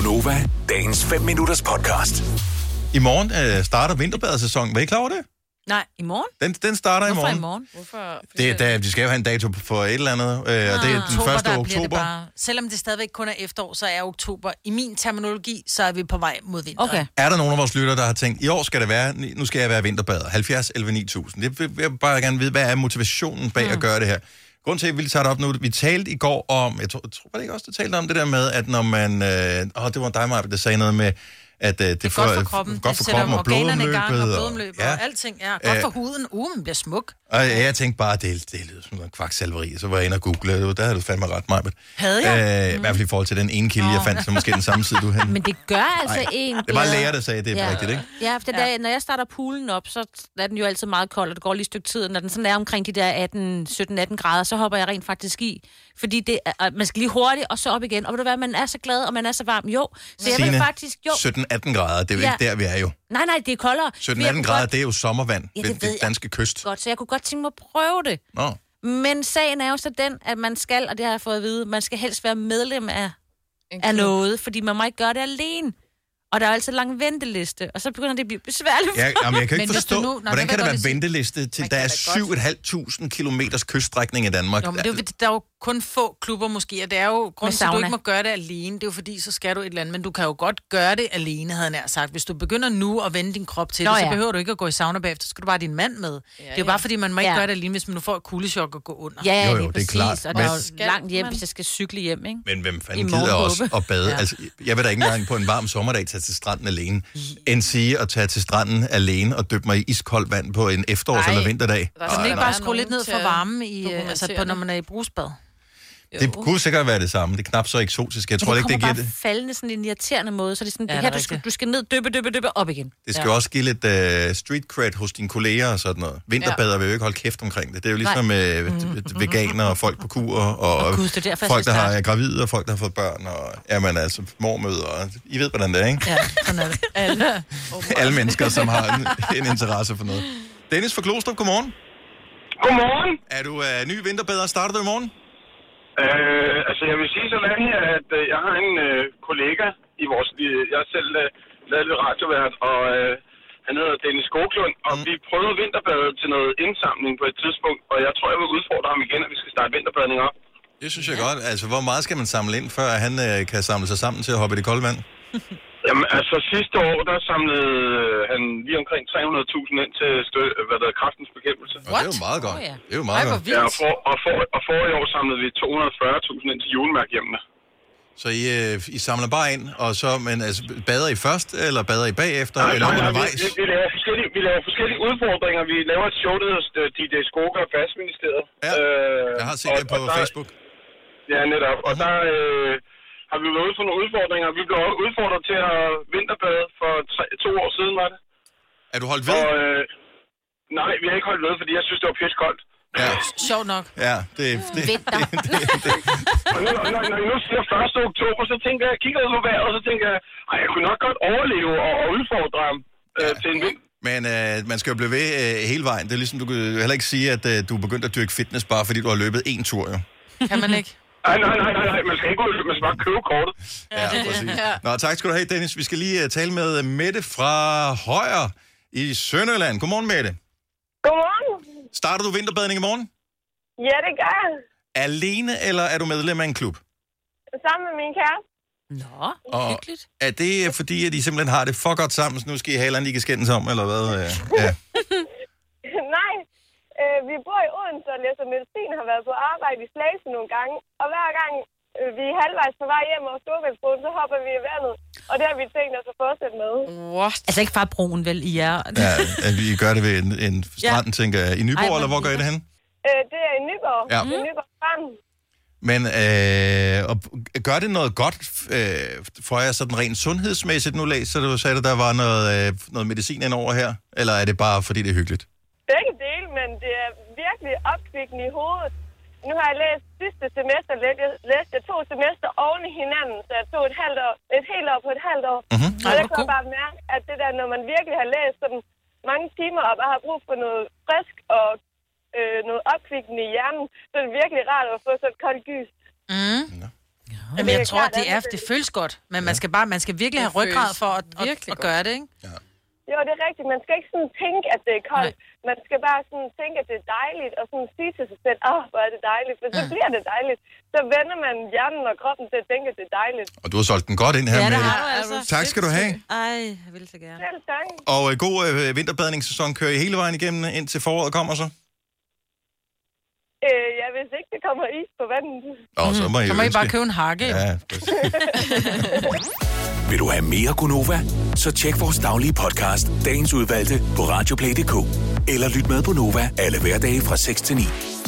Gonova, dagens 5 minutters podcast. I morgen starter vinterbadersæsonen. Var I klar over det? Nej, i morgen? Den starter i morgen. Hvorfor i morgen? Hvorfor? De skal jo have en dato for et eller andet, og det er den 1. oktober. Bare, selvom det stadigvæk kun er efterår, så er oktober. I min terminologi, så er vi på vej mod vinter. Okay. Er der nogen af vores lyttere, der har tænkt, i år skal det være, nu skal jeg være vinterbader, 70 11 9000. Det vil jeg bare gerne vide, hvad er motivationen bag at gøre det her? Grunden til, at vi vil tage det op nu, vi talte i går om, jeg tror var det ikke også, der talte om det der med, at når man, det var dig, Maja, der sagde noget med, at det er godt for kroppen. Godt for kroppen og blodomløbet og alting. Ja, godt for huden. Man bliver smuk. Og jeg tænkte bare, det lyder som noget kvaksalveri. Så var jeg inde og google, der havde du fandme ret, Maja. Havde jeg? I hvert fald i forhold til den ene kilde, jeg fandt, som måske den samme side, du havde. Men det gør altså en det var lærer, der sagde, det er rigtigt, ikke? Ja, for når jeg starter poolen op, så er den jo altid meget kold, og det går lige et stykke tid. Når den sådan er omkring de der 17-18 grader, så hopper jeg rent faktisk i. Fordi man skal lige hurtigt, og så op igen. Og ved du hvad, man er så glad, og man er så varm. Jo, så jeg vil faktisk... 17-18 grader, det er jo ikke der, vi er jo. Nej, det er koldere. 17-18 grader, det er jo sommervand ved den danske kyst. Godt, så jeg kunne godt tænke mig at prøve det. Nå. Men sagen er jo så den, at man skal, og det har jeg fået at vide, man skal helst være medlem af noget, fordi man må ikke gøre det alene. Og der er altid lang venteliste, og så begynder det at blive besværligt. Ja, men jeg kan ikke forstå, hvordan kan der være venteliste til, der er 7.500 kilometers kyststrækning i Danmark? Jo, men der er jo kun få klubber måske, og det er jo grund til, at du ikke må gøre det alene. Det er jo fordi, så skal du et eller andet, men du kan jo godt gøre det alene, havde jeg nær sagt. Hvis du begynder nu at vende din krop til det, så behøver du ikke at gå i sauna bagefter, så skal du bare have din mand med. Det er jo bare fordi, man må ikke gøre det alene, hvis man nu får et kuldechok og gå under. Ja, jo, det er klart. Og der er jo langt hjem, hvis jeg skal cykle hjem, ikke? Men hvem fanden gider også at bade? Altså, jeg vil da ikke engang på en varm sommerdag tage til stranden alene, end sige at tage til stranden alene og dyppe mig i iskoldt vand på en efterårs- eller vinterdag. Kan man ikke bare skrue lidt ned for varmen, når man er i brusbad? Det kunne sikkert være det samme. Det er knap så eksotisk. Jeg tror ikke, det giver det. Det kommer bare faldende sådan en irriterende måde, så det er sådan, det her, du skal ned, dyppe, op igen. Det skal også give lidt street cred hos dine kolleger og sådan noget. Vinterbader vil jo ikke holde kæft omkring det. Det er jo ligesom med veganer og folk på kur, og folk, der har gravide, og folk, der har fået børn, og jamen altså mormødre. Og I ved, hvordan det er, ikke? Ja, sådan er det. Alle mennesker, som har en interesse for noget. Dennis fra Glostrup, godmorgen. Godmorgen. Er du ny vinterbader? Starter du i morgen? Altså, jeg vil sige sådan her, at jeg har en kollega i vores... Jeg har selv lavet lidt radiovært, og han hedder Dennis Skoglund, og vi prøvede vinterbadet til noget indsamling på et tidspunkt, og jeg tror, jeg vil udfordre ham igen, at vi skal starte vinterbadning op. Det synes jeg godt. Altså, hvor meget skal man samle ind, før han kan samle sig sammen til at hoppe i det kolde vand? Jamen, altså sidste år, der samlede han lige omkring 300.000 ind til kræftens bekæmpelse. Og det er jo meget godt. Oh, ja. Det er jo meget godt. Ja, og for i år samlede vi 240.000 ind til julemærkhjemmene. Så I samler bare ind, og så, men altså, bader I først, eller bader I bagefter, eller undervejs? Vi laver forskellige udfordringer. Vi laver et show, der hedder DJ Skoger og Fastministeriet. Ja, jeg har set det på Facebook. Ja, netop. Og der har vi været ude for nogle udfordringer. Vi blev udfordret til at vinterbade for 2 år siden, var det. Er du holdt ved? Og, nej, vi har ikke holdt ved, fordi jeg synes, det var pissekoldt. Ja. Sjovt nok. Ja, det. Og når I nu siger 1. oktober, så tænker jeg, kigger ud på vejret, og så tænker jeg kunne nok godt overleve og udfordre ham til en vind. Men man skal jo blive ved hele vejen. Det er ligesom, du kan heller ikke sige, at du er begyndt at dyrke fitness, bare fordi du har løbet 1 tur, jo. Kan man ikke? Nej. Man skal ikke løbe, man skal bare købe kortet. Ja, præcis. Nå, tak skal du have, Dennis. Vi skal lige tale med Mette fra Højer i Sønderjylland. Godmorgen, Mette. Godmorgen. Starter du vinterbadning i morgen? Ja, det gør jeg. Alene, eller er du medlem af en klub? Sammen med min kæreste. Nå, hyggeligt. Er det fordi, at I simpelthen har det for godt sammen, så nu skal I have et, I kan skændes om, eller hvad? Ja. Nej, vi bor i Odense og læser medicin, har været på arbejde i Slagelse nogle gange, og hver gang vi er halvvejs på vej hjem over Storvældsbroen, så hopper vi i vandet, og det har vi tænkt os at fortsætte med. What? Altså ikke fra broen, vel, I er? Ja, at vi gør det ved en strand, tænker jeg. I Nyborg, eller hvor gør I det hen? Det er i Nyborg. Ja. Det er Nyborg Strand. Men gør det noget godt for jer sådan rent sundhedsmæssigt? Nu læser du sagde, at der var noget medicin indover her, eller er det bare fordi det er hyggeligt? Begge dele, men det er virkelig opkvikkende i hovedet. Nu har jeg læst sidste semester, læste jeg 2 semester oven i hinanden, så jeg tog et helt år på et halvt år. Mm-hmm. Og der kan jeg bare mærke, at det der, når man virkelig har læst sådan mange timer op og har brug for noget frisk og noget opkvikkende i hjernen, så er det virkelig rart at få sådan et koldt gys. Mm. Jamen, jeg tror, det føles godt, men man skal virkelig have ryggrad for at gøre det, ikke? Ja. Jo, det er rigtigt. Man skal ikke sådan tænke, at det er koldt. Nej. Man skal bare sådan tænke, at det er dejligt, og sådan sige til sig selv, hvor er det dejligt, for så bliver det dejligt. Så vender man hjernen og kroppen til at tænke, at det er dejligt. Og du har solgt den godt ind her, Mette. Altså. Tak skal du have. Ej, jeg vil så gerne. Selv tak. Og god vinterbadningssæson kører I hele vejen igennem, indtil foråret kommer så? Ja, hvis ikke det kommer is på vandet. Så må I bare købe en hakke. Ja, Vil du have mere Gunova? Så tjek vores daglige podcast, dagens udvalgte, på radioplay.dk. Eller lyt med på Nova alle hverdage fra 6 til 9.